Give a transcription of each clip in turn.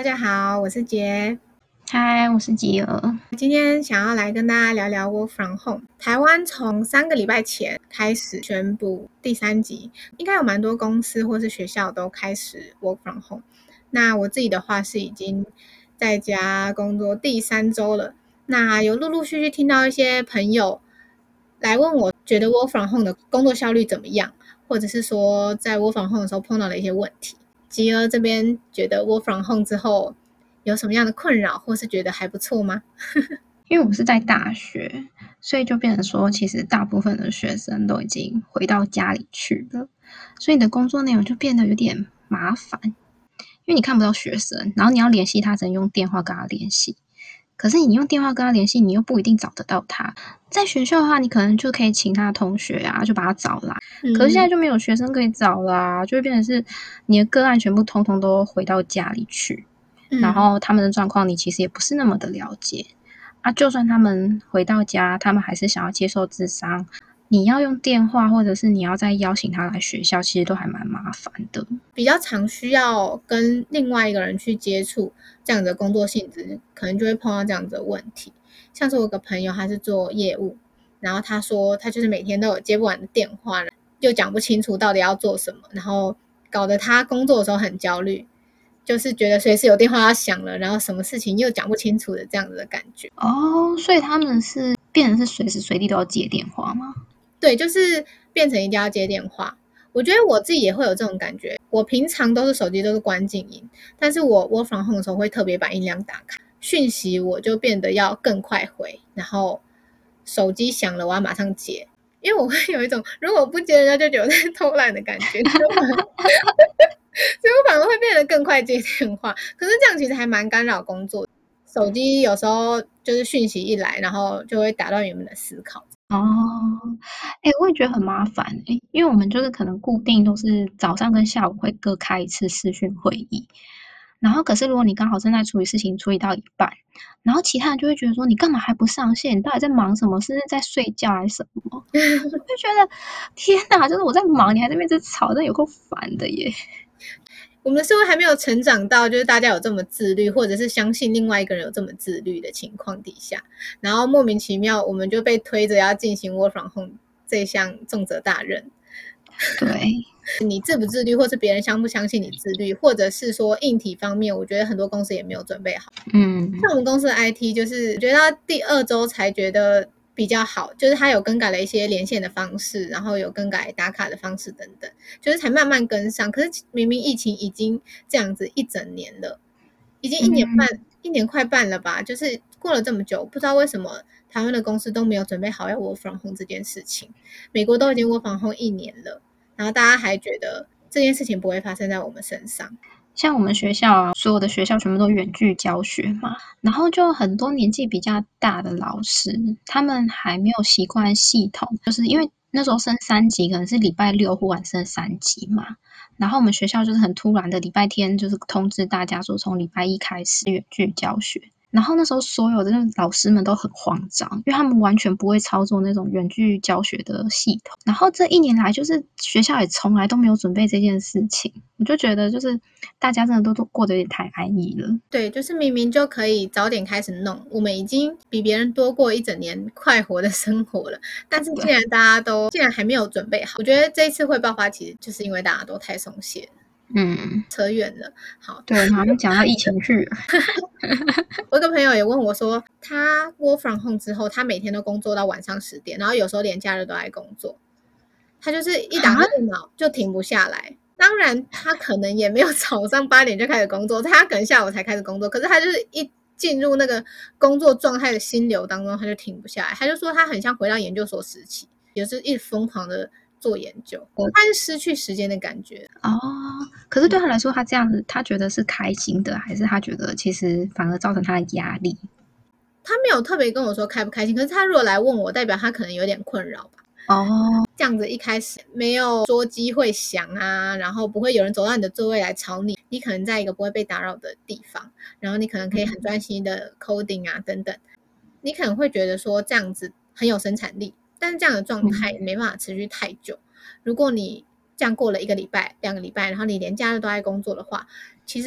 大家好，我是杰。 嗨，我是吉儿。 今天想要来跟大家聊聊 Work from Home。台湾从3个礼拜前开始宣布第3级，应该有蛮多公司或是学校都开始 Work from Home。那我自己的话是已经在家工作第3周了。那有陆陆续续听到一些朋友来问我，觉得 Work from Home 的工作效率怎么样，或者是说在 Work from Home 的时候碰到了一些问题。吉儿这边觉得 Work from Home 之后有什么样的困扰，或是觉得还不错吗？ 因为我是在大学，所以就变成说，其实大部分的学生都已经回到家里去了，所以你的工作内容就变得有点麻烦，因为你看不到学生，然后你要联系他，只能用电话跟他联系。可是你用电话跟他联系，你又不一定找得到他。在学校的话，你可能就可以请他的同学啊，就把他找来。可是现在就没有学生可以找啦，就会变成是你的个案全部通通都回到家里去，然后他们的状况你其实也不是那么的了解。就算他们回到家，他们还是想要接受諮商，你要用电话或者是你要再邀请他来学校，其实都还蛮麻烦的。 比较常需要跟另外一个人去接触，这样的工作性质可能就会碰到这样的问题。像是我有个朋友，他是做业务，然后他说他就是每天都有接不完的电话，又讲不清楚到底要做什么，然后搞得他工作的时候很焦虑，就是觉得随时有电话要响了，然后什么事情又讲不清楚的这样子的感觉。 所以他们是变成是随时随地都要接电话吗？ 对，就是变成一定要接电话。我觉得我自己也会有这种感觉。我平常都是手机都是关静音，但是我 work from home 的时候会特别把音量打开，讯息我就变得要更快回，然后手机响了我要马上接，因为我会有一种如果不接人家就觉得我在偷懒的感觉，所以我反而会变得更快接电话。可是这样其实还蛮干扰工作的，手机有时候就是讯息一来，然后就会打断原本的思考。 我也觉得很麻烦因为我们就是可能固定都是早上跟下午会各开一次视讯会议，然后可是如果你刚好正在处理事情，处理到一半，然后其他人就会觉得说你干嘛还不上线？你到底在忙什么？是在睡觉还是什么？我就觉得天哪，就是我在忙，你还在那边一直吵，真的有够烦的耶。 我们的社会还没有成长到，就是大家有这么自律，或者是相信另外一个人有这么自律的情况底下，然后莫名其妙我们就被推着要进行 work from home 这项重责大任。 对， 你自不自律，或是别人相不相信你自律，或者是说硬体方面，我觉得很多公司也没有准备好。像我们公司的 IT，就是我觉得到第2周才觉得比较好，就是它有更改了一些连线的方式，然后有更改打卡的方式等等，就是才慢慢跟上。可是明明疫情已经这样子1整年了，已经1年快半了吧，就是过了这么久，不知道为什么台湾的公司都没有准备好要 work from home 这件事情。美国都已经 work from home 1年了，然后大家还觉得这件事情不会发生在我们身上。 像我们学校啊，所有的学校全部都远距教学嘛，然后就很多年纪比较大的老师，他们还没有习惯系统，就是因为那时候升3级可能是礼拜六忽然升3级嘛，然后我们学校就是很突然的礼拜天就是通知大家说从礼拜1开始远距教学。然后那时候所有的老师们都很慌张，因为他们完全不会操作那种远距教学的系统。然后这1年来，就是学校也从来都没有准备这件事情，我就觉得就是大家真的都过得有点太安逸了。 对，就是明明就可以早点开始弄，我们已经比别人多过1整年快活的生活了，但是竟然还没有准备好，我觉得这一次会爆发，其实就是因为大家都太松懈了。扯远了。好， 对，马上讲到疫情去了。 我一个朋友也问我说，他 work from home 之后，他每天都工作到晚上10点，然后有时候连假日都在工作，他就是一打开电脑就停不下来。当然他可能也没有早上8点就开始工作，他可能下午才开始工作，可是他就是一进入那个工作状态的心流当中，他就停不下来。他就说他很像回到研究所时期，也是一直疯狂的做研究，他是失去时间的感觉。 可是对他来说，他这样子，他觉得是开心的，还是他觉得其实反而造成他的压力？ 他没有特别跟我说开不开心，可是他如果来问我，代表他可能有点困扰吧。这样子一开始没有桌机会响啊，然后不会有人走到你的座位来吵你，你可能在一个不会被打扰的地方，然后你可能可以很专心的 coding 啊等等，你可能会觉得说这样子很有生产力，但是这样的状态没办法持续太久。如果你这样过了1个礼拜、2个礼拜，然后你连假日都在工作的话，其实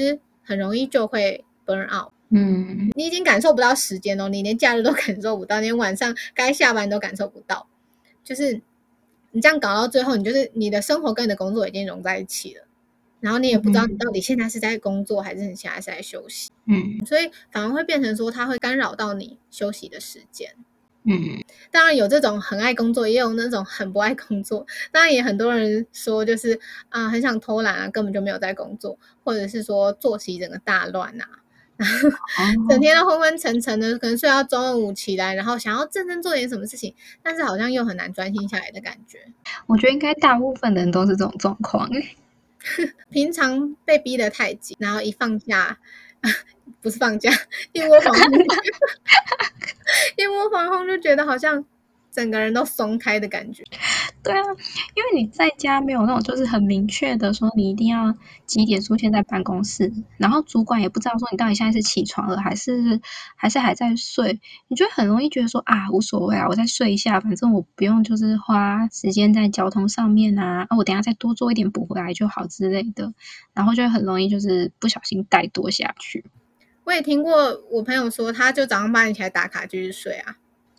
很容易就会 burn out。你已经感受不到时间哦，你连假日都感受不到，连晚上该下班都感受不到，就是你这样搞到最后，你的生活跟你的工作已经融在一起了，然后你也不知道你到底现在是在工作还是你现在是在休息。所以反而会变成说它会干扰到你休息的时间。当然有这种很爱工作，也有那种很不爱工作。当然也很多人说就是很想偷懒啊，根本就没有在工作，或者是说作息整个大乱啊，然后整天都昏昏沉沉的，可能睡到中午起来，然后想要认真做点什么事情，但是好像又很难专心下来的感觉。 我觉得应该大部分人都是这种状况。 平常被逼得太紧，然后一放假不是放假，一窝防空一窝防空就觉得好像整个人都松开的感觉。 对啊，因为你在家没有那种就是很明确的说你一定要几点出现在办公室，然后主管也不知道说你到底现在是起床了还是还在睡，你就很容易觉得说无所谓啊，我再睡一下，反正我不用就是花时间在交通上面啊，我等一下再多做一点补回来就好之类的，然后就很容易就是不小心怠惰下去。 我也听过我朋友说，他就早上8点起来打卡继续睡啊。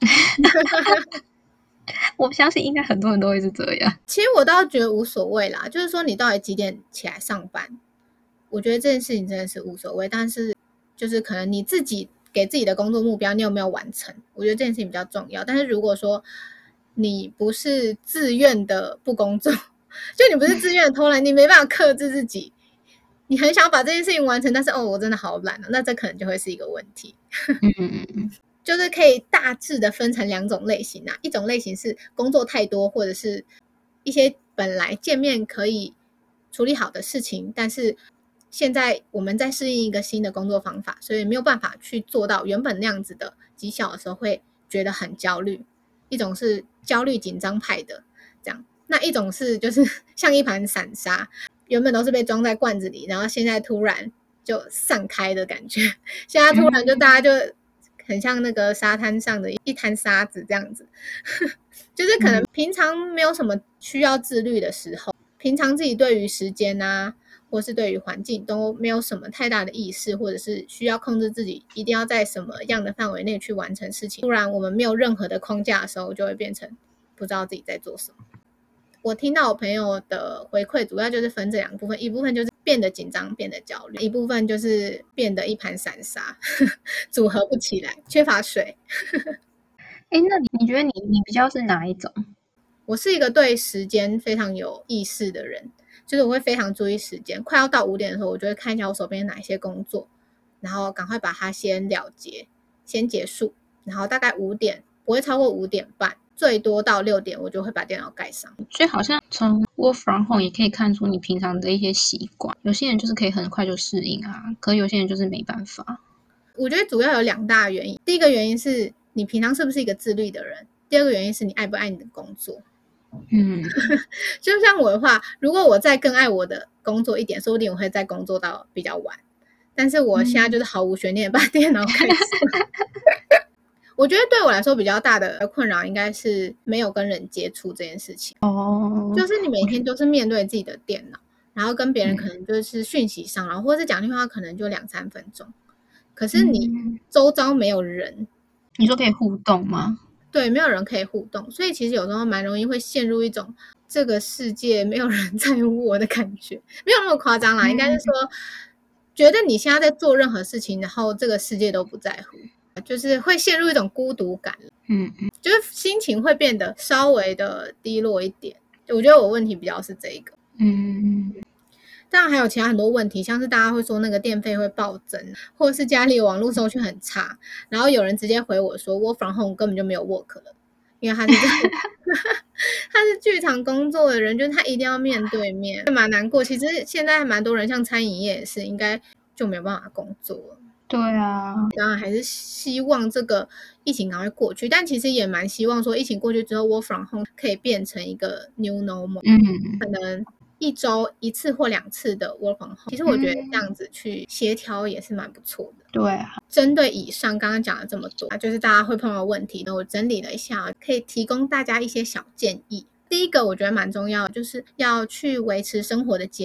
我相信应该很多人都会是这样。 其实我倒觉得无所谓啦，就是说你到底几点起来上班，我觉得这件事情真的是无所谓，但是就是可能你自己给自己的工作目标你有没有完成，我觉得这件事情比较重要。但是如果说你不是自愿的不工作，就你不是自愿的偷懒，你没办法克制自己，你很想把这件事情完成，但是我真的好懒那这可能就会是一个问题。就是可以大致的分成2种类型啊，一种类型是工作太多，或者是一些本来见面可以处理好的事情，但是现在我们在适应一个新的工作方法，所以没有办法去做到原本那样子的绩效的时候，会觉得很焦虑。一种是焦虑紧张派的这样，那一种是就是像一盘散沙，原本都是被装在罐子里，然后现在突然就散开的感觉，现在突然就大家就很像那个沙滩上的一滩沙子这样子。就是可能平常没有什么需要自律的时候，平常自己对于时间啊或是对于环境都没有什么太大的意识，或者是需要控制自己一定要在什么样的范围内去完成事情，突然我们没有任何的框架的时候，就会变成不知道自己在做什么。我听到我朋友的回馈主要就是分这2部分，一部分就是变得紧张变得焦虑，一部分就是变得一盘散沙组合不起来，缺乏水。 那你觉得你比较是哪一种？ 我是一个对时间非常有意识的人，就是我会非常注意时间，快要到5点的时候，我就会看一下我手边哪一些工作，然后赶快把它先了结，先结束，然后大概5点不会超过5点半，最多到6点我就会把电脑盖上。 所以好像从 work from home 也可以看出你平常的一些习惯，有些人就是可以很快就适应可有些人就是没办法。 我觉得主要有2大原因，第一个原因是你平常是不是一个自律的人，第二个原因是你爱不爱你的工作。就像我的话，如果我再更爱我的工作一点，说不定我会再工作到比较晚，但是我现在就是毫无悬念把电脑开上。我觉得对我来说比较大的困扰应该是没有跟人接触这件事情。就是你每天都是面对自己的电脑，然后跟别人可能就是讯息上，然后或者讲电话可能就2-3分钟，可是你周遭没有人。 你说可以互动吗？ 对，没有人可以互动，所以其实有时候蛮容易会陷入一种这个世界没有人在乎我的感觉，没有那么夸张啦，应该是说觉得你现在在做任何事情，然后这个世界都不在乎，就是会陷入一种孤独感。就是心情会变得稍微的低落一点。我觉得我问题比较是这一个。当然还有其他很多问题，像是大家会说那个电费会暴增，或者是家里网络收讯很差，然后有人直接回我说 work from home 根本就没有 work 了，因为他是他是剧场工作的人，就是他一定要面对面，蛮难过。其实现在还蛮多人像餐饮业也是应该就没有办法工作了。 对啊， 当然还是希望这个疫情赶快过去，但其实也蛮希望说疫情过去之后 work from home 可以变成一个 new normal。可能1周1次或2次的 work from home， 其实我觉得这样子去协调也是蛮不错的。 对啊， 针对以上刚刚讲了这么多，就是大家会碰到的问题，我整理了一下，可以提供大家一些小建议。第一个我觉得蛮重要，就是要去维持生活的节律。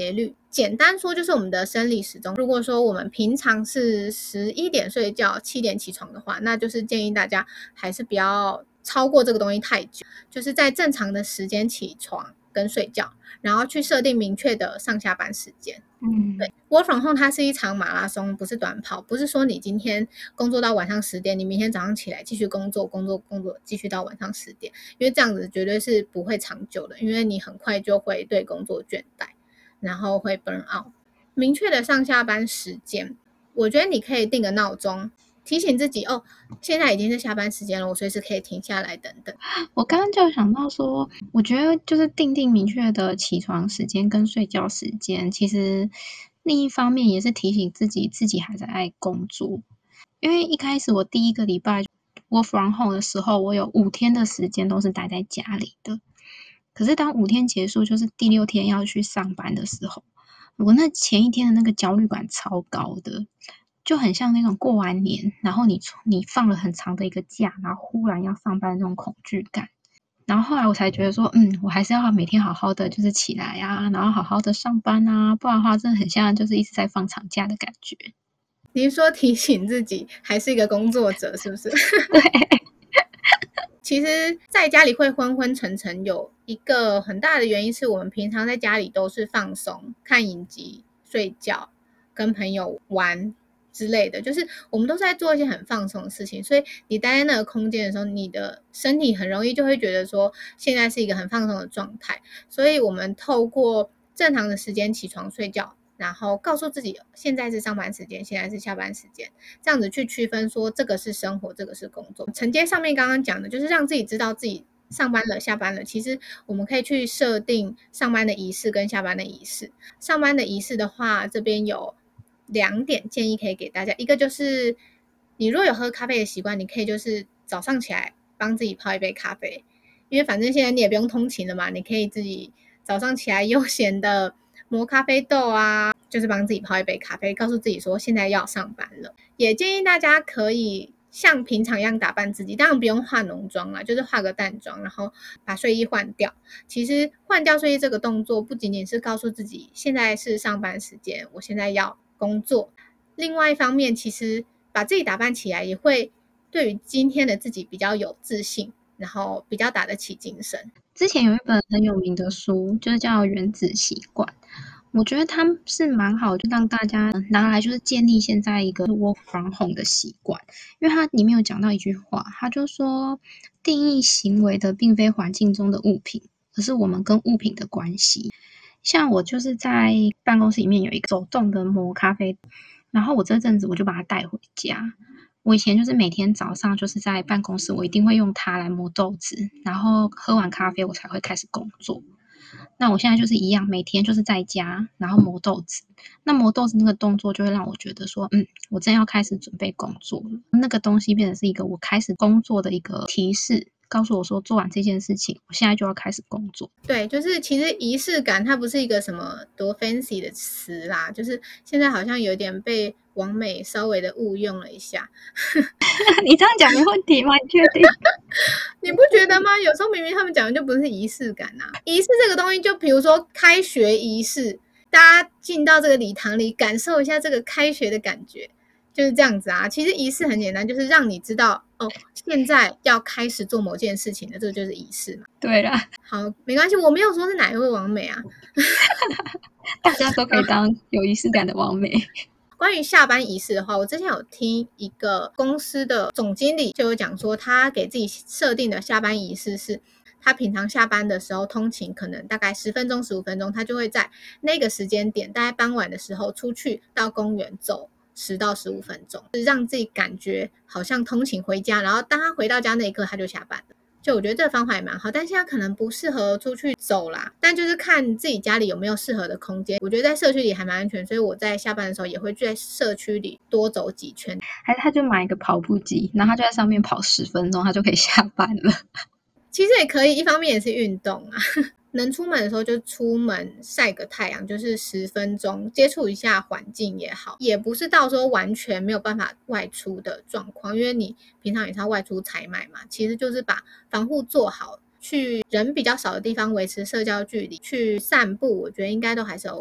简单说就是我们的生理时钟。如果说我们平常是11点睡觉7点起床的话，那就是建议大家还是不要超过这个东西太久，就是在正常的时间起床跟睡觉，然后去设定明确的上下班时间。对，Work from home 它是一场马拉松，不是短跑，不是说你今天工作到晚上10点，你明天早上起来继续工作，继续到晚上10点，因为这样子绝对是不会长久的，因为你很快就会对工作倦怠，然后会 burn out。明确的上下班时间，我觉得你可以定个闹钟，提醒自己哦，现在已经是下班时间了，我随时可以停下来等等。 我刚刚就想到说，我觉得就是定明确的起床时间跟睡觉时间，其实另一方面也是提醒自己还在爱工作。因为一开始我第一个礼拜work from home 的时候，我有5天的时间都是待在家里的。可是当5天结束，就是第6天要去上班的时候，我那前一天的那个焦虑感超高的，就很像那种过完年，然后你放了很长的一个假，然后忽然要上班的那种恐惧感。然后后来我才觉得说，我还是要每天好好的就是起来啊，然后好好的上班啊，不然的话真的很像就是一直在放长假的感觉。 你是说提醒自己还是一个工作者，是不是？ 对。 其实在家里会昏昏沉沉，有一个很大的原因是我们平常在家里都是放松，看影集、睡觉、跟朋友玩之类的，就是我们都是在做一些很放松的事情，所以你待在那个空间的时候，你的身体很容易就会觉得说现在是一个很放松的状态，所以我们透过正常的时间起床睡觉，然后告诉自己现在是上班时间，现在是下班时间，这样子去区分说这个是生活，这个是工作。承接上面刚刚讲的，就是让自己知道自己上班了下班了，其实我们可以去设定上班的仪式跟下班的仪式。上班的仪式的话，这边有2点建议可以给大家，一个就是你如果有喝咖啡的习惯，你可以就是早上起来帮自己泡一杯咖啡，因为反正现在你也不用通勤了嘛，你可以自己早上起来悠闲的磨咖啡豆啊，就是帮自己泡一杯咖啡，告诉自己说现在要上班了。也建议大家可以像平常一样打扮自己，当然不用化浓妆啦，就是化个淡妆，然后把睡衣换掉。其实换掉睡衣这个动作，不仅仅是告诉自己现在是上班时间，我现在要工作。另外一方面，其实把自己打扮起来，也会对于今天的自己比较有自信，然后比较打得起精神。 之前有一本很有名的书，就是叫《原子习惯》，我觉得它是蛮好，就让大家拿来就是建立现在一个 work from home 的习惯。因为它里面有讲到一句话，他就说定义行为的并非环境中的物品，而是我们跟物品的关系。像我就是在办公室里面有一个手动的磨咖啡，然后我这阵子我就把它带回家。我以前就是每天早上就是在办公室，我一定会用它来磨豆子，然后喝完咖啡我才会开始工作。那我现在就是一样，每天就是在家，然后磨豆子。那磨豆子那个动作就会让我觉得说，我真要开始准备工作了。那个东西变成是一个我开始工作的一个提示，告诉我说做完这件事情，我现在就要开始工作。 对，就是其实仪式感它不是一个什么多 fancy 的词啦，就是现在好像有点被网美稍微的误用了一下。 你这样讲没问题吗？你确定？ 你不觉得吗？有时候明明他们讲的就不是仪式感啊。仪式这个东西，就比如说开学仪式，大家进到这个礼堂里，感受一下这个开学的感觉，就是这样子啊。其实仪式很简单，就是让你知道哦，现在要开始做某件事情的，这个就是仪式嘛。 对啦， 好，没关系，我没有说是哪一位网美啊。 大家都可以当有仪式感的网美。 关于下班仪式的话，我之前有听一个公司的总经理就有讲说，他给自己设定的下班仪式是，他平常下班的时候通勤可能大概10分钟、15分钟，他就会在那个时间点，大概傍晚的时候出去到公园走10到15分钟，让自己感觉好像通勤回家，然后当他回到家那一刻他就下班了。就我觉得这个方法也蛮好，但现在可能不适合出去走啦，但就是看自己家里有没有适合的空间。我觉得在社区里还蛮安全，所以我在下班的时候也会在社区里多走几圈。 还是他就买一个跑步机，然后他就在上面跑10分钟，他就可以下班了。 其实也可以，一方面也是运动啊。能出门的时候就出门晒个太阳，就是10分钟接触一下环境也好，也不是到时候完全没有办法外出的状况，因为你平常也是要外出采买嘛，其实就是把防护做好，去人比较少的地方维持社交距离，去散步，我觉得应该都还是 OK。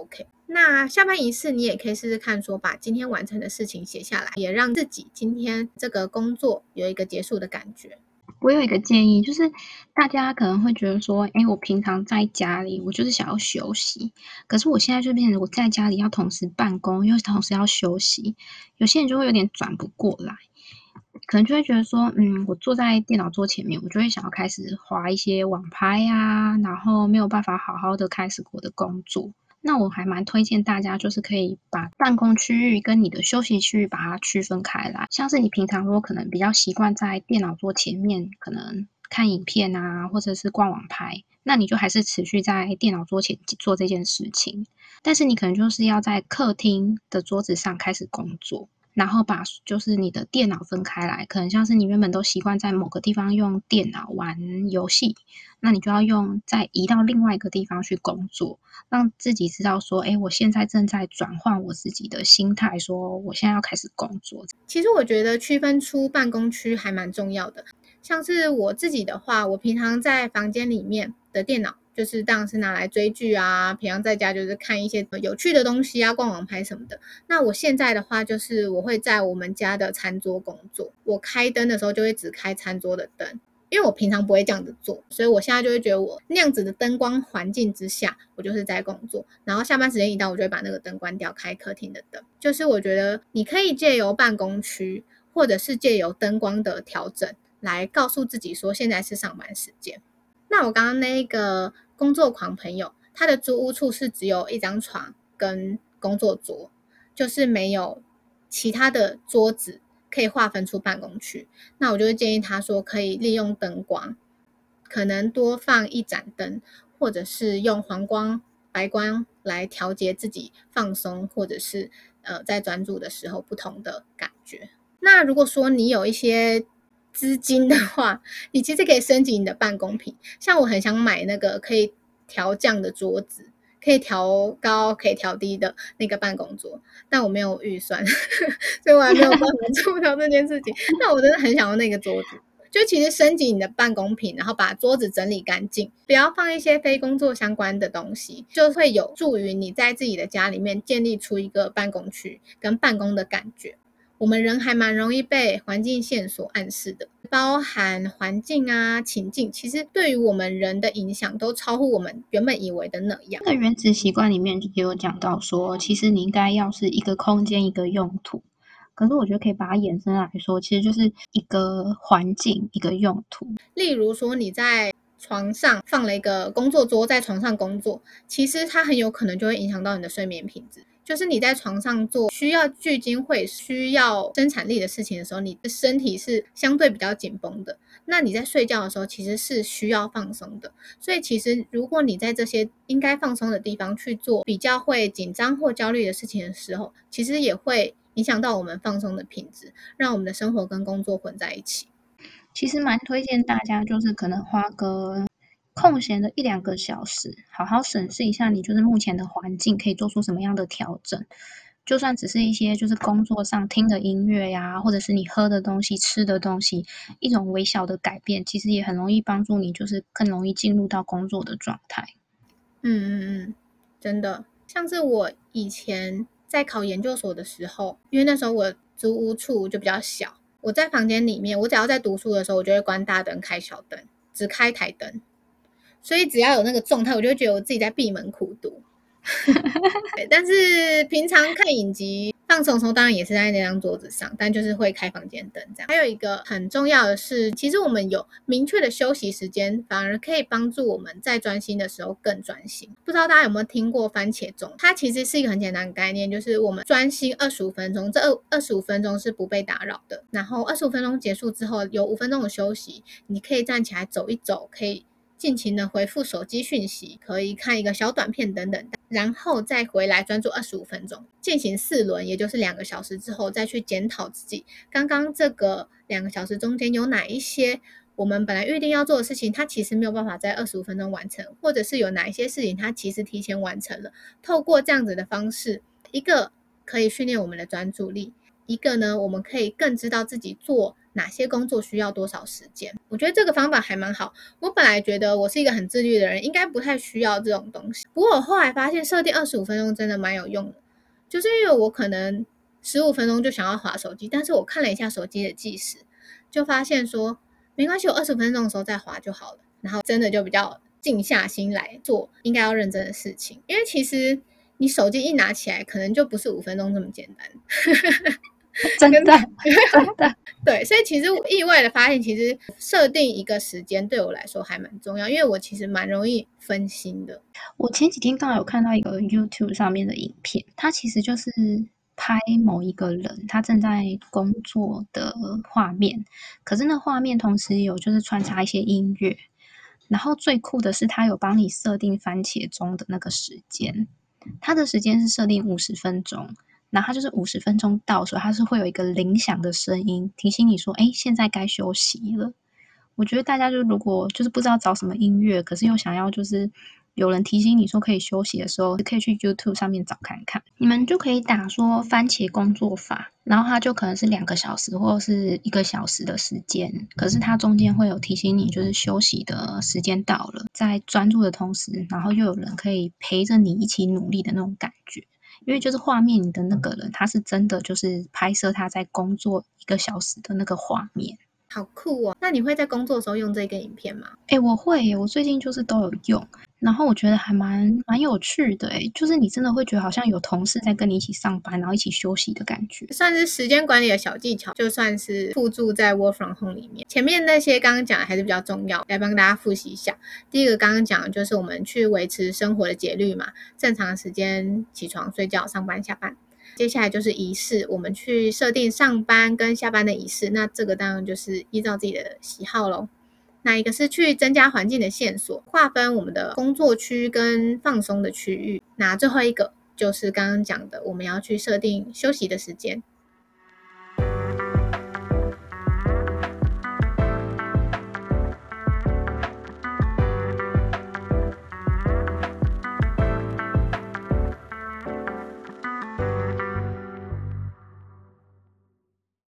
那下班仪式你也可以试试看说把今天完成的事情写下来，也让自己今天这个工作有一个结束的感觉。 我有一个建议，就是大家可能会觉得说，我平常在家里，我就是想要休息，可是我现在就变成我在家里要同时办公，又同时要休息，有些人就会有点转不过来，可能就会觉得说，我坐在电脑桌前面，我就会想要开始滑一些网拍啊，然后没有办法好好的开始我的工作。那我还蛮推荐大家，就是可以把办公区域跟你的休息区域把它区分开来。像是你平常如果可能比较习惯在电脑桌前面，可能看影片啊，或者是逛网拍，那你就还是持续在电脑桌前做这件事情。但是你可能就是要在客厅的桌子上开始工作。然后把就是你的电脑分开来，可能像是你原本都习惯在某个地方用电脑玩游戏，那你就要再移到另外一个地方去工作，让自己知道说，我现在正在转换我自己的心态，说我现在要开始工作。 其实我觉得区分出办公区还蛮重要的。像是我自己的话，我平常在房间里面的电脑，就是当然是拿来追剧啊，平常在家就是看一些有趣的东西啊，逛网拍什么的。那我现在的话，就是我会在我们家的餐桌工作，我开灯的时候就会只开餐桌的灯。因为我平常不会这样子做，所以我现在就会觉得我那样子的灯光环境之下，我就是在工作。然后下班时间一到，我就会把那个灯关掉，开客厅的灯。就是我觉得你可以借由办公区，或者是借由灯光的调整，来告诉自己说现在是上班时间。那我刚刚那个工作狂朋友，他的租屋处是只有一张床跟工作桌，就是没有其他的桌子可以划分出办公区。那我就会建议他说，可以利用灯光，可能多放一盏灯，或者是用黄光、白光来调节自己放松，或者是在专注的时候不同的感觉。那如果说你有一些资金的话，你其实可以升级你的办公品。像我很想买那个可以调降的桌子，可以调高、可以调低的那个办公桌，但我没有预算，所以我还没有办法做到这件事情。但我真的很想要那个桌子。就其实升级你的办公品，然后把桌子整理干净，不要放一些非工作相关的东西，就会有助于你在自己的家里面建立出一个办公区跟办公的感觉。我们人还蛮容易被环境线索暗示的，包含环境啊、情境，其实对于我们人的影响都超乎我们原本以为的那样。 这个原子习惯里面也有讲到说，其实你应该要是一个空间一个用途，可是我觉得可以把它延伸来说，其实就是一个环境一个用途。 例如说你在床上放了一个工作桌，在床上工作，其实它很有可能就会影响到你的睡眠品质。就是你在床上做需要聚精会神、需要生产力的事情的时候，你的身体是相对比较紧绷的。那你在睡觉的时候，其实是需要放松的。所以其实如果你在这些应该放松的地方去做比较会紧张或焦虑的事情的时候，其实也会影响到我们放松的品质，让我们的生活跟工作混在一起。 其实蛮推荐大家，就是可能花个空闲的1-2个小时，好好审视一下你就是目前的环境，可以做出什么样的调整。就算只是一些就是工作上听的音乐呀，或者是你喝的东西、吃的东西，一种微小的改变，其实也很容易帮助你，就是更容易进入到工作的状态。 真的，像是我以前在考研究所的时候，因为那时候我租屋处就比较小，我在房间里面，我只要在读书的时候，我就会关大灯、开小灯，只开台灯，所以只要有那个状态，我就会觉得我自己在闭门苦读。对，但是平常看影集放松松，当然也是在那张桌子上，但就是会开房间灯这样。还有一个很重要的是，其实我们有明确的休息时间，反而可以帮助我们在专心的时候更专心。不知道大家有没有听过番茄钟？它其实是一个很简单的概念，就是我们专心25分钟，这25分钟是不被打扰的。然后25分钟结束之后，有5分钟的休息，你可以站起来走一走，可以尽情的回复手机讯息，可以看一个小短片等等，然后再回来专注25分钟，进行4轮，也就是2个小时之后，再去检讨自己刚刚这个2个小时中间有哪一些我们本来预定要做的事情，它其实没有办法在25分钟完成，或者是有哪一些事情它其实提前完成了。透过这样子的方式，一个可以训练我们的专注力，一个呢，我们可以更知道自己做哪些工作需要多少时间。我觉得这个方法还蛮好。我本来觉得我是一个很自律的人，应该不太需要这种东西。不过我后来发现设定25分钟真的蛮有用的，就是因为我可能15分钟就想要滑手机，但是我看了一下手机的计时，就发现说没关系，我20分钟的时候再滑就好了。然后真的就比较静下心来做应该要认真的事情，因为其实你手机一拿起来，可能就不是5分钟这么简单。 真的真的。 对，所以其实我意外的发现，其实设定一个时间对我来说还蛮重要，因为我其实蛮容易分心的。 我前几天刚好有看到一个 YouTube 上面的影片，它其实就是拍某一个人他正在工作的画面，可是那画面同时有就是穿插一些音乐，然后最酷的是他有帮你设定番茄钟的那个时间，他的时间是设定50分钟，然后它就是50分钟到的时候，它是会有一个铃响的声音提醒你说，哎，现在该休息了。我觉得大家就如果就是不知道找什么音乐，可是又想要就是有人提醒你说可以休息的时候，可以去 YouTube 上面找看看。你们就可以打说番茄工作法，然后它就可能是2个小时或者是1个小时的时间，可是它中间会有提醒你就是休息的时间到了，在专注的同时，然后又有人可以陪着你一起努力的那种感觉。因为就是画面里的那个人，他是真的就是拍摄他在工作1个小时的那个画面。 好酷哦！那你会在工作的时候用这个影片吗？ 我会耶，我最近就是都有用，然后我觉得还蛮有趣的就是你真的会觉得好像有同事在跟你一起上班，然后一起休息的感觉， 算是时间管理的小技巧，就算是附注在 Work from Home 里面。前面那些刚刚讲的还是比较重要，来帮大家复习一下。第一个刚刚讲的就是我们去维持生活的节律嘛，正常时间起床、睡觉、上班、下班。接下来就是仪式，我们去设定上班跟下班的仪式，那这个当然就是依照自己的喜好咯。那一个是去增加环境的线索，划分我们的工作区跟放松的区域。那最后一个就是刚刚讲的，我们要去设定休息的时间。